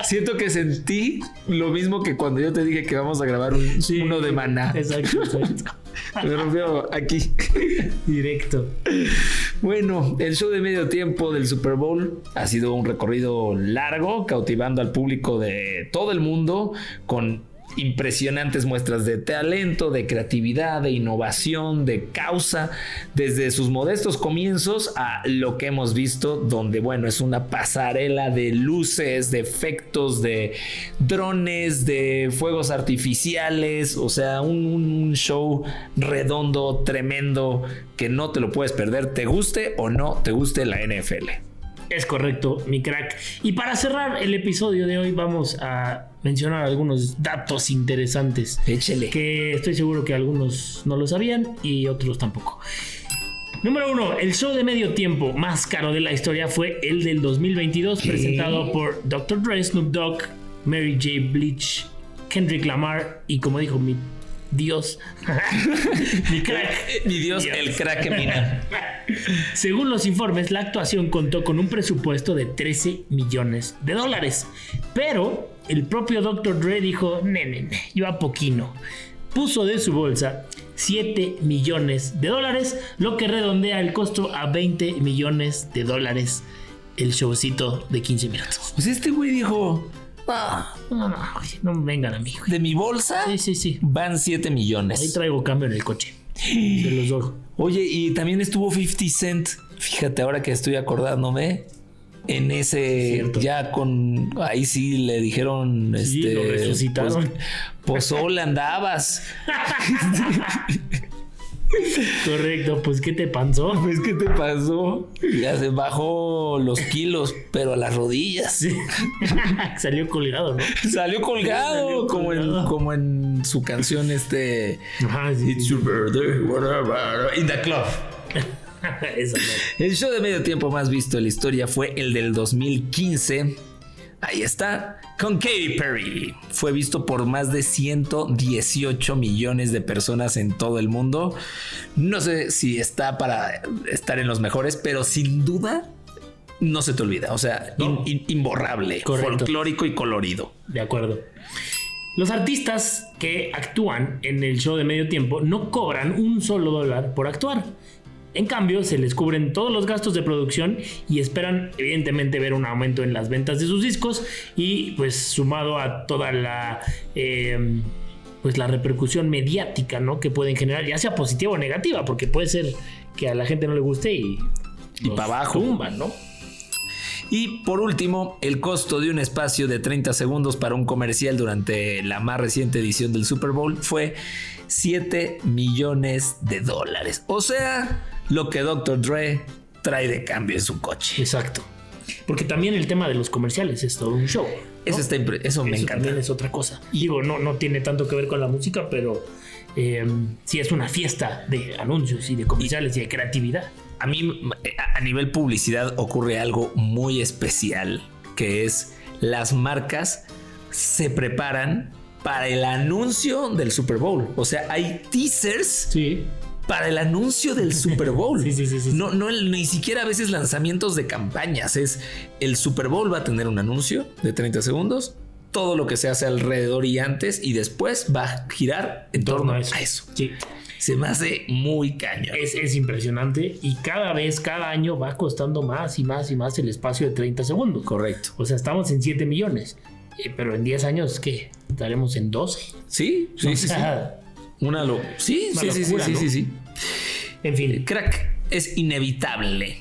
Siento que sentí lo mismo que cuando yo te dije que vamos a grabar un, sí, uno de Maná. Exacto, exacto. Me rompió aquí. Directo. Bueno, el show de medio tiempo del Super Bowl ha sido un recorrido largo, cautivando al público de todo el mundo con impresionantes muestras de talento, de creatividad, de innovación, de causa, desde sus modestos comienzos a lo que hemos visto, donde, bueno, es una pasarela de luces, de efectos, de drones, de fuegos artificiales, o sea, un, un show redondo, tremendo, que no te lo puedes perder, te guste o no te guste la N F L. Es correcto, mi crack. Y para cerrar el episodio de hoy vamos a mencionar algunos datos interesantes. Échele. Que estoy seguro que algunos no lo sabían y otros tampoco. Número uno, el show de medio tiempo más caro de la historia fue el del dos mil veintidós, ¿qué? Presentado por doctor Dre, Snoop Dogg, Mary J. Blige, Kendrick Lamar y, como dijo mi Dios, mi crack, mi Dios, Dios, el crack Eminem. Según los informes, la actuación contó con un presupuesto de trece millones de dólares, pero el propio doctor Dre dijo, nene, yo a poquino. Puso de su bolsa siete millones de dólares, lo que redondea el costo a veinte millones de dólares el showcito de quince minutos. Pues este güey dijo, ah, no, no, no me vengan a mí, güey. ¿De mi bolsa? Sí, sí, sí. Van siete millones. Ahí traigo cambio en el coche. Se los doy. Oye, y también estuvo cincuenta Cent. Fíjate, ahora que estoy acordándome. En ese, cierto, ya con, ahí sí le dijeron, sí, este, lo resucitaron. Pues, pozole andabas. Correcto, pues ¿qué te pasó? Pues ¿qué te pasó? Ya se bajó los kilos, pero a las rodillas. Sí. Salió colgado, ¿no? Salió colgado, Salió como, colgado. En, como en su canción este. Ajá, sí. It's your birthday, whatever, in the club. Eso, no. El show de medio tiempo más visto en la historia fue el del dos mil quince. Ahí está, con Katy Perry. Fue visto por más de ciento dieciocho millones de personas en todo el mundo. No sé si está para estar en los mejores, pero sin duda no se te olvida. O sea, no. in, in, imborrable, correcto, folclórico y colorido. De acuerdo. Los artistas que actúan en el show de medio tiempo no cobran un solo dólar por actuar. En cambio, se les cubren todos los gastos de producción y esperan, evidentemente, ver un aumento en las ventas de sus discos y, pues, sumado a toda la, eh, pues, la repercusión mediática, ¿no?, que pueden generar, ya sea positiva o negativa, porque puede ser que a la gente no le guste y, y para abajo tumban, ¿no? Y por último, el costo de un espacio de treinta segundos para un comercial durante la más reciente edición del Super Bowl fue siete millones de dólares. O sea, lo que doctor Dre trae de cambio en su coche. Exacto. Porque también el tema de los comerciales es todo un show, ¿no? Eso, está impre- eso me eso encanta. También es otra cosa. Y digo, no, no tiene tanto que ver con la música, pero eh, sí es una fiesta de anuncios y de comerciales y, y de creatividad. A mí, a nivel publicidad, ocurre algo muy especial, que es las marcas se preparan para el anuncio del Super Bowl. O sea, hay teasers, sí, para el anuncio del Super Bowl. sí, sí, sí, sí. No, no, ni siquiera a veces lanzamientos de campañas. Es el Super Bowl va a tener un anuncio de treinta segundos. Todo lo que se hace alrededor y antes y después va a girar en torno a eso. A eso. Sí. Se me hace muy cañón. Es, es impresionante y cada vez, cada año va costando más y más y más el espacio de treinta segundos. Correcto. O sea, estamos en siete millones. Eh, pero en diez años, ¿qué? ¿Estaremos en doce? Sí, sí, o sí. sea, sí. Una lo... Sí, una sí, locura, sí, ¿no? sí, sí, sí. En fin. Crack, es inevitable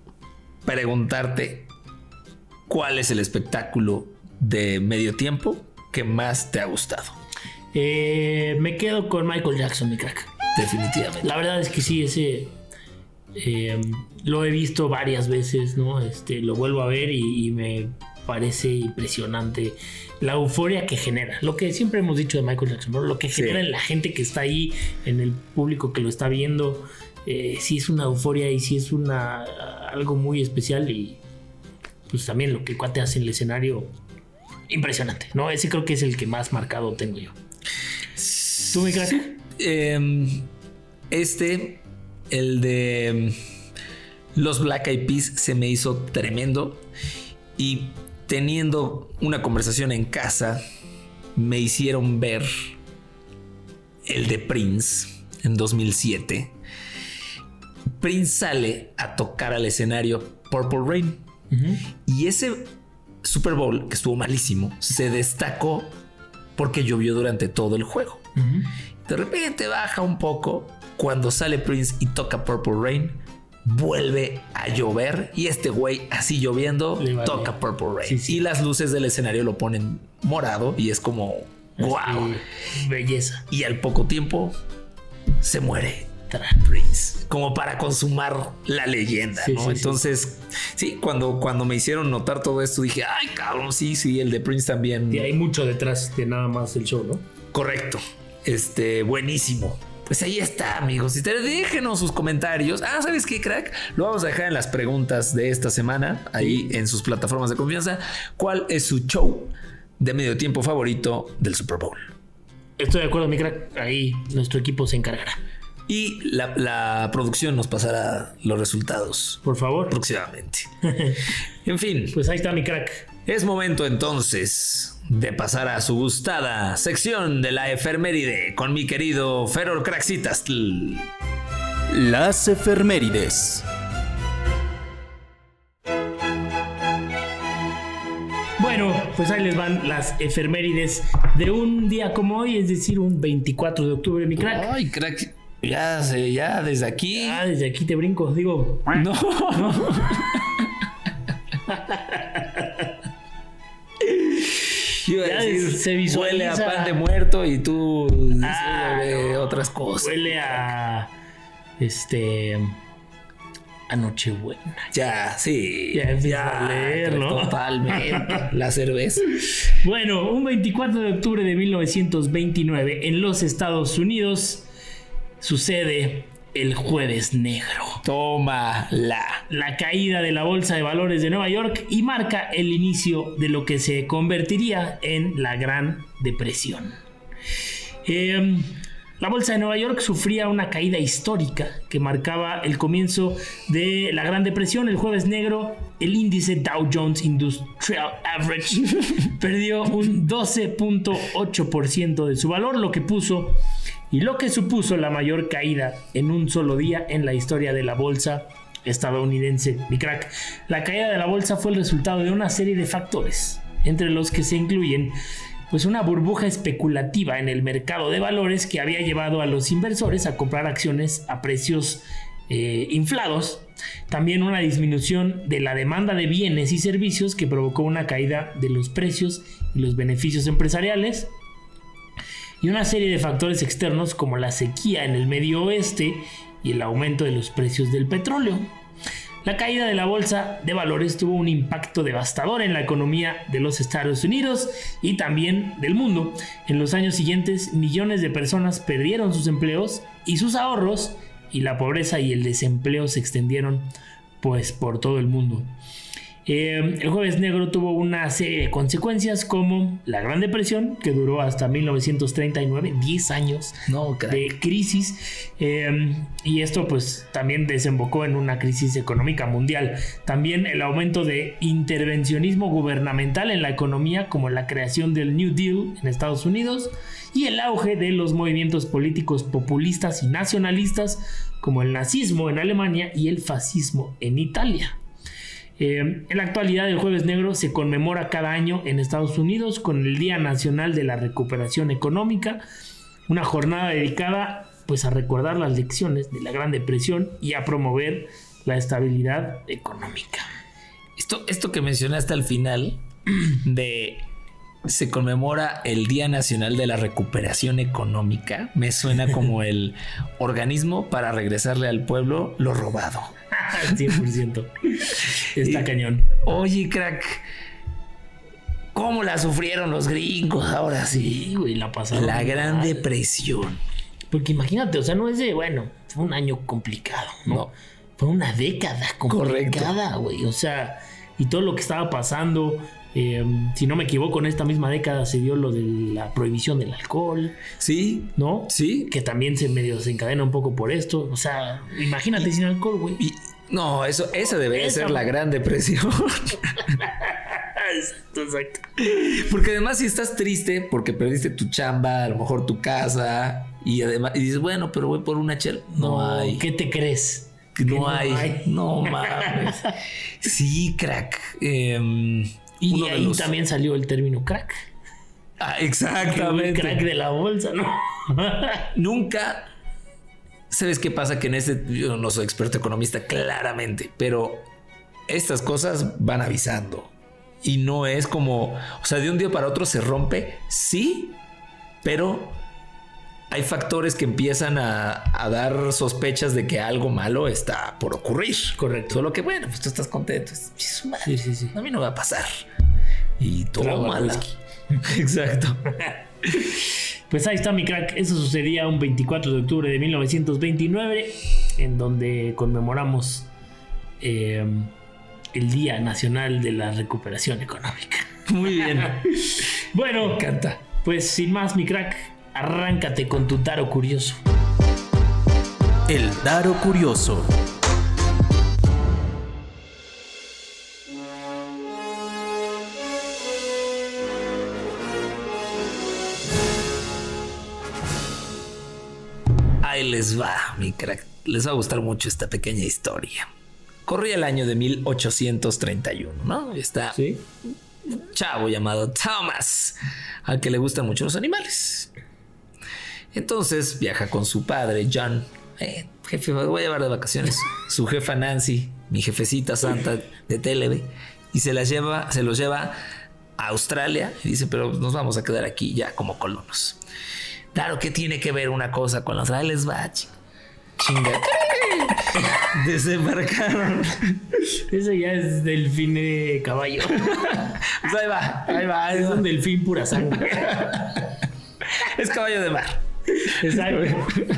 preguntarte cuál es el espectáculo de medio tiempo que más te ha gustado. Eh, me quedo con Michael Jackson, mi crack. Definitivamente. La verdad es que sí, ese eh, lo he visto varias veces, ¿no? Este, lo vuelvo a ver y, y me parece impresionante la euforia que genera. Lo que siempre hemos dicho de Michael Jackson, ¿no? Lo que genera sí. en la gente que está ahí, en el público que lo está viendo. Eh, sí es una euforia y sí es una algo muy especial y pues también lo que el cuate hace en el escenario, impresionante, ¿no? Ese creo que es el que más marcado tengo yo. ¿Tú, mi crack? Eh, este, el de los Black Eyed Peas, se me hizo tremendo. Y teniendo una conversación en casa, me hicieron ver el de Prince en dos mil siete. Prince sale a tocar al escenario Purple Rain. Uh-huh. Y ese Super Bowl, que estuvo malísimo, se destacó porque llovió durante todo el juego. Uh-huh. De repente baja un poco. Cuando sale Prince y toca Purple Rain, vuelve a llover. Y este güey, así lloviendo, vale. toca Purple Rain. Sí, sí. Y las luces del escenario lo ponen morado. Y es como, wow. Belleza. Y al poco tiempo se muere Prince, como para consumar la leyenda, sí, ¿no? Sí, Entonces, sí, sí cuando, cuando me hicieron notar todo esto, dije, ay, cabrón, sí, sí, el de Prince también. Y hay mucho detrás de nada más el show, ¿no? Correcto. Este, buenísimo. Pues ahí está, amigos. Y déjenos sus comentarios. Ah, ¿sabes qué, crack? Lo vamos a dejar en las preguntas de esta semana, ahí sí. en sus plataformas de confianza. ¿Cuál es su show de medio tiempo favorito del Super Bowl? Estoy de acuerdo, mi crack. Ahí nuestro equipo se encargará. Y la, la producción nos pasará los resultados. Por favor. Próximamente. En fin. Pues ahí está mi crack. Es momento entonces de pasar a su gustada sección de la efeméride con mi querido Feror Craxitas. Las efemérides. Bueno, pues ahí les van las efemérides de un día como hoy, es decir, un veinticuatro de octubre, mi crack. Ay, crack. Ya sé, ya desde aquí. Ah, desde aquí te brinco, digo. No. no. Yo ya decir, se visualiza. Huele a pan de muerto y tú ah, de no, otras cosas. Huele a este a Nochebuena. Ya, sí. Ya empieza a leer, ¿no? Totalmente. La cerveza. Bueno, un veinticuatro de octubre de mil novecientos veintinueve en los Estados Unidos sucede el Jueves Negro. Tómala. La caída de la Bolsa de Valores de Nueva York y marca el inicio de lo que se convertiría en la Gran Depresión. Eh, la Bolsa de Nueva York sufría una caída histórica que marcaba el comienzo de la Gran Depresión. El Jueves Negro, el índice Dow Jones Industrial Average perdió un doce punto ocho por ciento de su valor, lo que puso y lo que supuso la mayor caída en un solo día en la historia de la bolsa estadounidense. Mi crack, la caída de la bolsa fue el resultado de una serie de factores, entre los que se incluyen pues una burbuja especulativa en el mercado de valores que había llevado a los inversores a comprar acciones a precios eh, inflados. También una disminución de la demanda de bienes y servicios que provocó una caída de los precios y los beneficios empresariales. Y una serie de factores externos como la sequía en el Medio Oeste y el aumento de los precios del petróleo. La caída de la bolsa de valores tuvo un impacto devastador en la economía de los Estados Unidos y también del mundo. En los años siguientes, millones de personas perdieron sus empleos y sus ahorros, y la pobreza y el desempleo se extendieron pues por todo el mundo. Eh, el Jueves Negro tuvo una serie de consecuencias como la Gran Depresión, que duró hasta mil novecientos treinta y nueve, diez años no, de crisis, eh, y esto pues también desembocó en una crisis económica mundial. También el aumento de intervencionismo gubernamental en la economía, como la creación del New Deal en Estados Unidos, y el auge de los movimientos políticos populistas y nacionalistas, como el nazismo en Alemania y el fascismo en Italia. Eh, en la actualidad, el Jueves Negro se conmemora cada año en Estados Unidos con el Día Nacional de la Recuperación Económica, una jornada dedicada pues a recordar las lecciones de la Gran Depresión y a promover la estabilidad económica. Esto, esto que mencionaste al final de se conmemora el Día Nacional de la Recuperación Económica, me suena como el organismo para regresarle al pueblo lo robado. cien por ciento. Está y, cañón. Oye, crack, ¿cómo la sufrieron los gringos ahora sí? Güey, la pasaron. La Gran mal. Depresión. Porque imagínate, o sea, no es de, bueno, fue un año complicado, ¿no? no. Fue una década complicada, güey. O sea, y todo lo que estaba pasando. Eh, si no me equivoco, en esta misma década se dio lo de la prohibición del alcohol. Sí. ¿No? Sí. Que también se medio desencadena un poco por esto. O sea, imagínate y, sin alcohol, güey. No, eso, eso debe esa, ser la Gran Depresión. Exacto, exacto. Porque además si estás triste porque perdiste tu chamba, a lo mejor tu casa, y además y dices, bueno, pero voy por una chela. No, no hay. ¿Qué te crees? No, no hay. hay. No mames. Sí, crack. Eh, y ahí los... también salió el término crack. Ah, exactamente. El crack de la bolsa, ¿no? Nunca. ¿Sabes qué pasa? Que en este, yo no soy experto economista, claramente, pero estas cosas van avisando. Y no es como, o sea, de un día para otro se rompe, sí, pero hay factores que empiezan a, a dar sospechas de que algo malo está por ocurrir. Correcto. Solo que, bueno, pues tú estás contento. Sí, sí, sí. A mí no va a pasar. Y todo claro, malo. Exacto. Pues ahí está mi crack. Eso sucedía un veinticuatro de octubre de mil novecientos veintinueve, en donde conmemoramos eh, el Día Nacional de la Recuperación Económica. Muy bien. Bueno, me encanta. Pues sin más, mi crack, arráncate con tu Daro Curioso. El Daro Curioso. Ahí les va, mi crack. Les va a gustar mucho esta pequeña historia. Corría el año de mil ochocientos treinta y uno, ¿no? Está ¿Sí? un chavo llamado Thomas, al que le gustan mucho los animales. Entonces viaja con su padre, John. Eh, jefe, me voy a llevar de vacaciones. Su jefa Nancy, mi jefecita santa de Televe, y se las lleva, se los lleva a Australia. Y dice, pero nos vamos a quedar aquí ya como colonos. Claro, ¿qué tiene que ver una cosa con la otra? Les va, chinga. Desembarcaron. Eso ya es delfín de caballo. Pues ahí va, ahí va. Es un delfín pura sangre. Es caballo de mar. Exacto.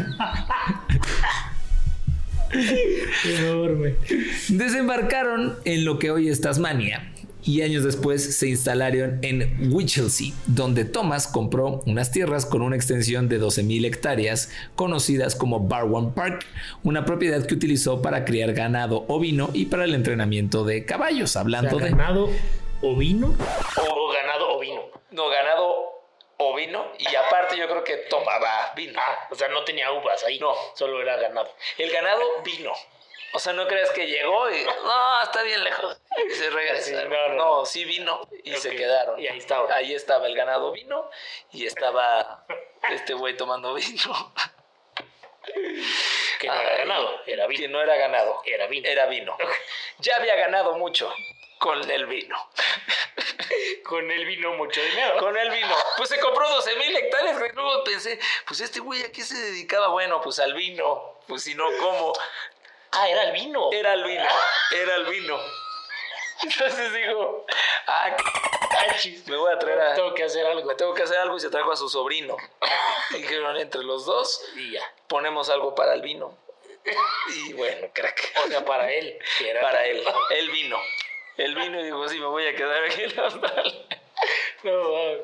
Enorme. Desembarcaron en lo que hoy es Tasmania. Y años después se instalaron en Winchelsea, donde Thomas compró unas tierras con una extensión de doce mil hectáreas, conocidas como Barwon Park, una propiedad que utilizó para criar ganado ovino y para el entrenamiento de caballos. Hablando o sea, de ganado ovino o ganado ovino. No, ganado ovino, y aparte yo creo que tomaba vino. Ah, o sea, no tenía uvas ahí. No, solo era ganado. El ganado vino. O sea, no creas que llegó y no, está bien lejos y se regresaron. Sí, no, no, no, sí vino y okay. Se quedaron. Y ahí estaba. Ahí estaba el ganado vino y estaba este güey tomando vino. Que no Ay, era ganado, era vino. Que no era ganado, era vino. Era vino. Ya había ganado mucho con el vino. Con el vino mucho dinero. Con el vino. Pues se compró doce mil hectáreas. Y luego pensé, pues este güey ¿a qué se dedicaba? Bueno, pues al vino. Pues si no, ¿cómo? Ah, era el vino. Era el vino, era el vino. Entonces digo, ah, cachis, me voy a traer a... Tengo que hacer algo. Me tengo que hacer algo y se trajo a su sobrino. Dijeron, entre los dos, y ya. Ponemos algo para el vino. Y bueno, crack. O sea, para él. Que era para él, el vino. El vino y digo, sí, me voy a quedar aquí en Australia. No, vamos.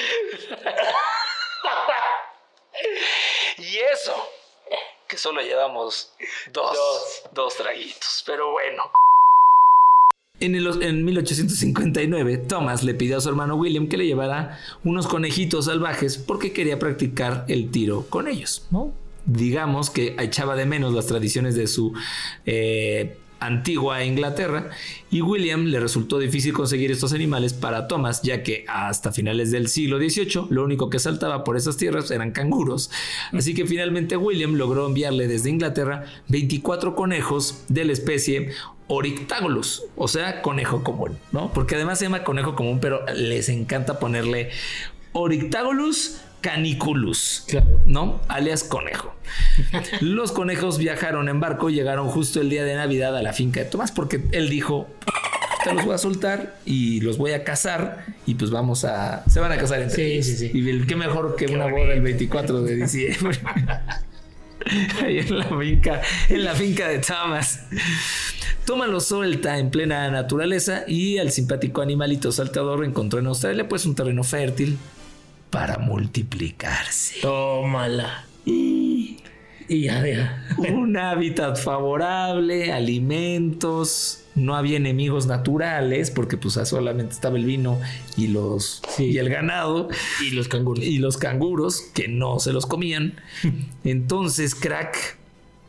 Y eso... que solo llevamos dos, dos. dos traguitos, pero bueno. En, el, en mil ochocientos cincuenta y nueve, Thomas le pidió a su hermano William que le llevara unos conejitos salvajes porque quería practicar el tiro con ellos, ¿no? Digamos que echaba de menos las tradiciones de su eh, antigua Inglaterra, y William le resultó difícil conseguir estos animales para Thomas, ya que hasta finales del siglo dieciocho lo único que saltaba por esas tierras eran canguros. Así que finalmente William logró enviarle desde Inglaterra veinticuatro conejos de la especie Oryctagolus, o sea, conejo común, ¿no? Porque además se llama conejo común, pero les encanta ponerle Oryctagolus caniculus, claro, ¿no? Alias conejo. Los conejos viajaron en barco y llegaron justo el día de Navidad a la finca de Tomás, porque él dijo, te los voy a soltar y los voy a cazar y pues vamos a... se van a casar entre sí, ellos. Sí, sí. Y qué mejor que qué una bonito. Boda el veinticuatro de diciembre. Ahí en la finca, en la finca de Thomas. Thomas lo suelta en plena naturaleza y al simpático animalito saltador encontró en Australia pues un terreno fértil para multiplicarse. Tómala. Y ya deja. Un hábitat favorable, alimentos, no había enemigos naturales porque pues solamente estaba el vino y los Sí. y el ganado Y los canguros. y los canguros que no se los comían. Entonces, crack,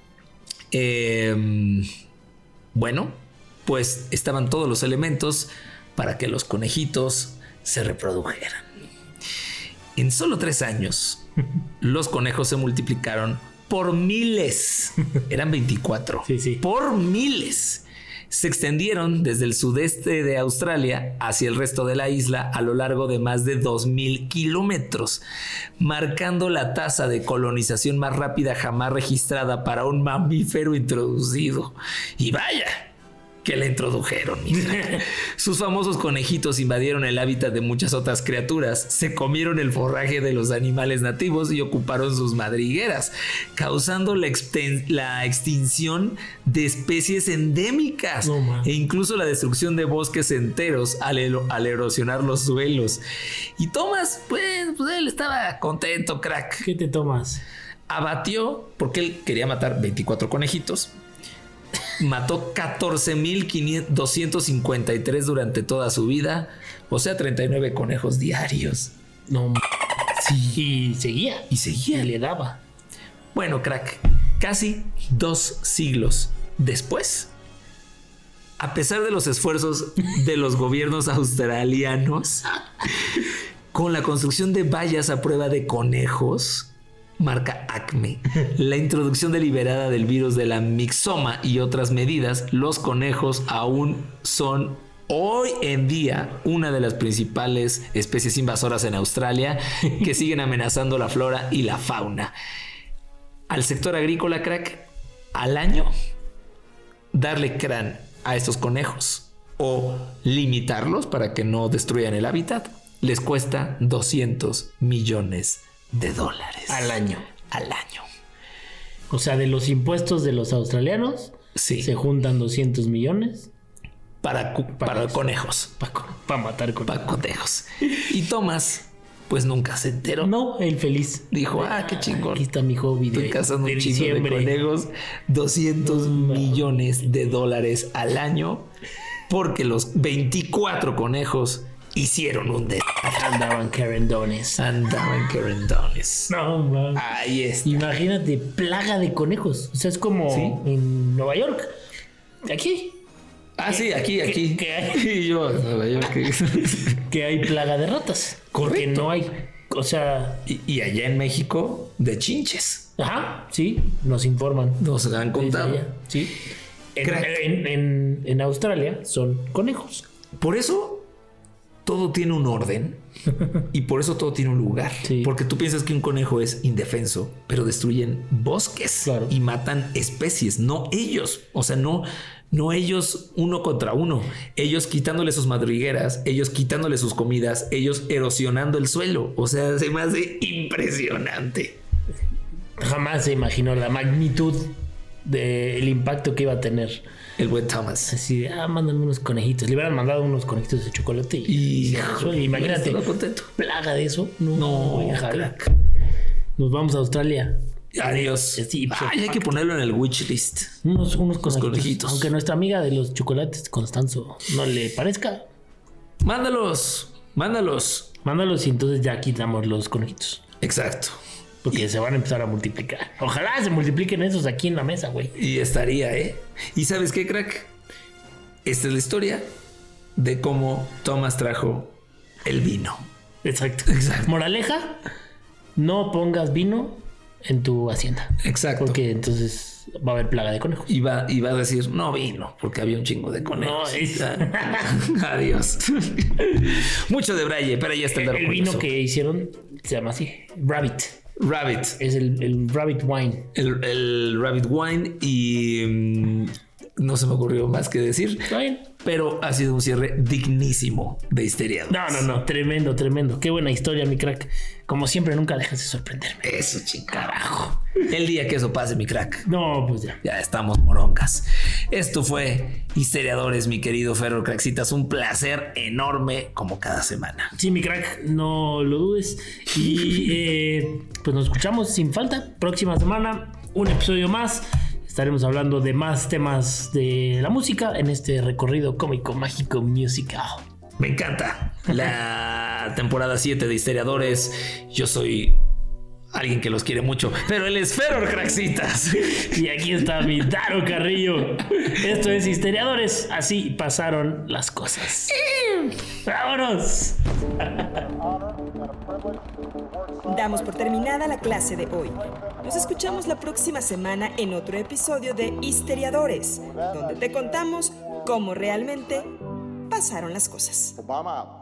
eh, bueno, pues estaban todos los elementos para que los conejitos se reprodujeran. En solo tres años, los conejos se multiplicaron por miles. Eran veinticuatro. Sí, sí. Por miles. Se extendieron desde el sudeste de Australia hacia el resto de la isla a lo largo de más de dos mil kilómetros, marcando la tasa de colonización más rápida jamás registrada para un mamífero introducido. Y vaya, que la introdujeron. Mira. Sus famosos conejitos invadieron el hábitat de muchas otras criaturas, se comieron el forraje de los animales nativos y ocuparon sus madrigueras, causando la, exten- la extinción de especies endémicas No, man. e incluso la destrucción de bosques enteros al, ero- al erosionar los suelos. Y Thomas, pues, pues él estaba contento, crack. ¿Qué te tomas? Abatió, porque él quería matar veinticuatro conejitos. Mató catorce mil doscientos cincuenta y tres durante toda su vida, o sea, treinta y nueve conejos diarios. No. Sí. Y seguía. Y seguía. Y le daba. Bueno, crack, casi dos siglos después, a pesar de los esfuerzos de los gobiernos australianos, con la construcción de vallas a prueba de conejos, marca Acme, la introducción deliberada del virus de la mixoma y otras medidas, los conejos aún son hoy en día una de las principales especies invasoras en Australia que siguen amenazando la flora y la fauna. Al sector agrícola, crack, al año, darle crán a estos conejos o limitarlos para que no destruyan el hábitat, les cuesta doscientos millones de dólares Al año. al año. O sea, de los impuestos de los australianos, Sí, se juntan doscientos millones para, cu- para, Para eso. conejos, para matar con. para conejos. Y Thomas, pues nunca se enteró. No, el feliz. Dijo, ah, qué chingón. Aquí está mi hobby de, Estoy cazando de un chingo de diciembre. conejos, doscientos millones de dólares al año, porque los veinticuatro conejos hicieron un de... Andaban querendones. Andaban querendones. No, man. Ahí está. Imagínate, plaga de conejos. O sea, es como ¿Sí? en Nueva York. Aquí. Ah, sí, aquí, aquí. ¿Qué- qué hay? Y yo, Nueva York. Que hay plaga de ratas. Porque Correcto. no hay. O sea. Y, y allá en México, de chinches. Ajá, sí, nos informan. Nos han Desde contado. allá, sí. En, Crack. en- en- en Australia son conejos. Por eso todo tiene un orden y por eso todo tiene un lugar. Sí. Porque tú piensas que un conejo es indefenso, pero destruyen bosques Claro. y matan especies, no ellos. O sea, no, no ellos uno contra uno. Ellos quitándole sus madrigueras, ellos quitándole sus comidas, ellos erosionando el suelo. O sea, se me hace impresionante. Jamás se imaginó la magnitud del impacto que iba a tener. El buen Thomas. Así de, ah, mándame unos conejitos. Le hubieran mandado unos conejitos de chocolate. Y, Y imagínate, estaba contento. plaga de eso. No, No, hija, crack. Nos vamos a Australia. Adiós. Sí, pues, Ay, hay que ponerlo en el wish list. Unos, unos conejitos. conejitos. Aunque nuestra amiga de los chocolates, Constanzo, no le parezca, Mándalos, mándalos. mándalos y entonces ya quitamos los conejitos. Exacto. Porque se van a empezar a multiplicar. Ojalá se multipliquen esos aquí en la mesa, güey. Y estaría, ¿eh? ¿Y sabes qué, crack? Esta es la historia de cómo Thomas trajo el vino. Exacto. Exacto. Moraleja, no pongas vino en tu hacienda. Exacto. Porque entonces va a haber plaga de conejos. Y va, y va a decir, no vino, porque había un chingo de conejos. No, es- Adiós. Mucho de braille, pero ya está el, El vino que hicieron se llama así, Rabbit. Rabbit. Es el, el Rabbit Wine. El, el Rabbit Wine y... mm, no se me ocurrió más que decir. ¿Está bien? Pero ha sido un cierre dignísimo de Histeriadores. No, no, no. Tremendo, tremendo. Qué buena historia, mi crack. Como siempre, nunca dejas de sorprenderme. Eso, carajo. El día que eso pase, mi crack. No, pues ya. Ya estamos moroncas. Esto fue Histeriadores, mi querido Ferro Craxitas. Un placer enorme como cada semana. Sí, mi crack, no lo dudes. Y eh, pues nos escuchamos sin falta. Próxima semana, un episodio más. Estaremos hablando de más temas de la música en este recorrido cómico, mágico, musical. Me encanta la temporada siete de Historiadores. Yo soy alguien que los quiere mucho, pero él es Feror Craxitas. Y aquí está mi Daro Carrillo. Esto es Historiadores. Así pasaron las cosas. ¡Vámonos! Damos por terminada la clase de hoy. Nos escuchamos la próxima semana en otro episodio de Historiadores, donde te contamos cómo realmente pasaron las cosas. Obama out.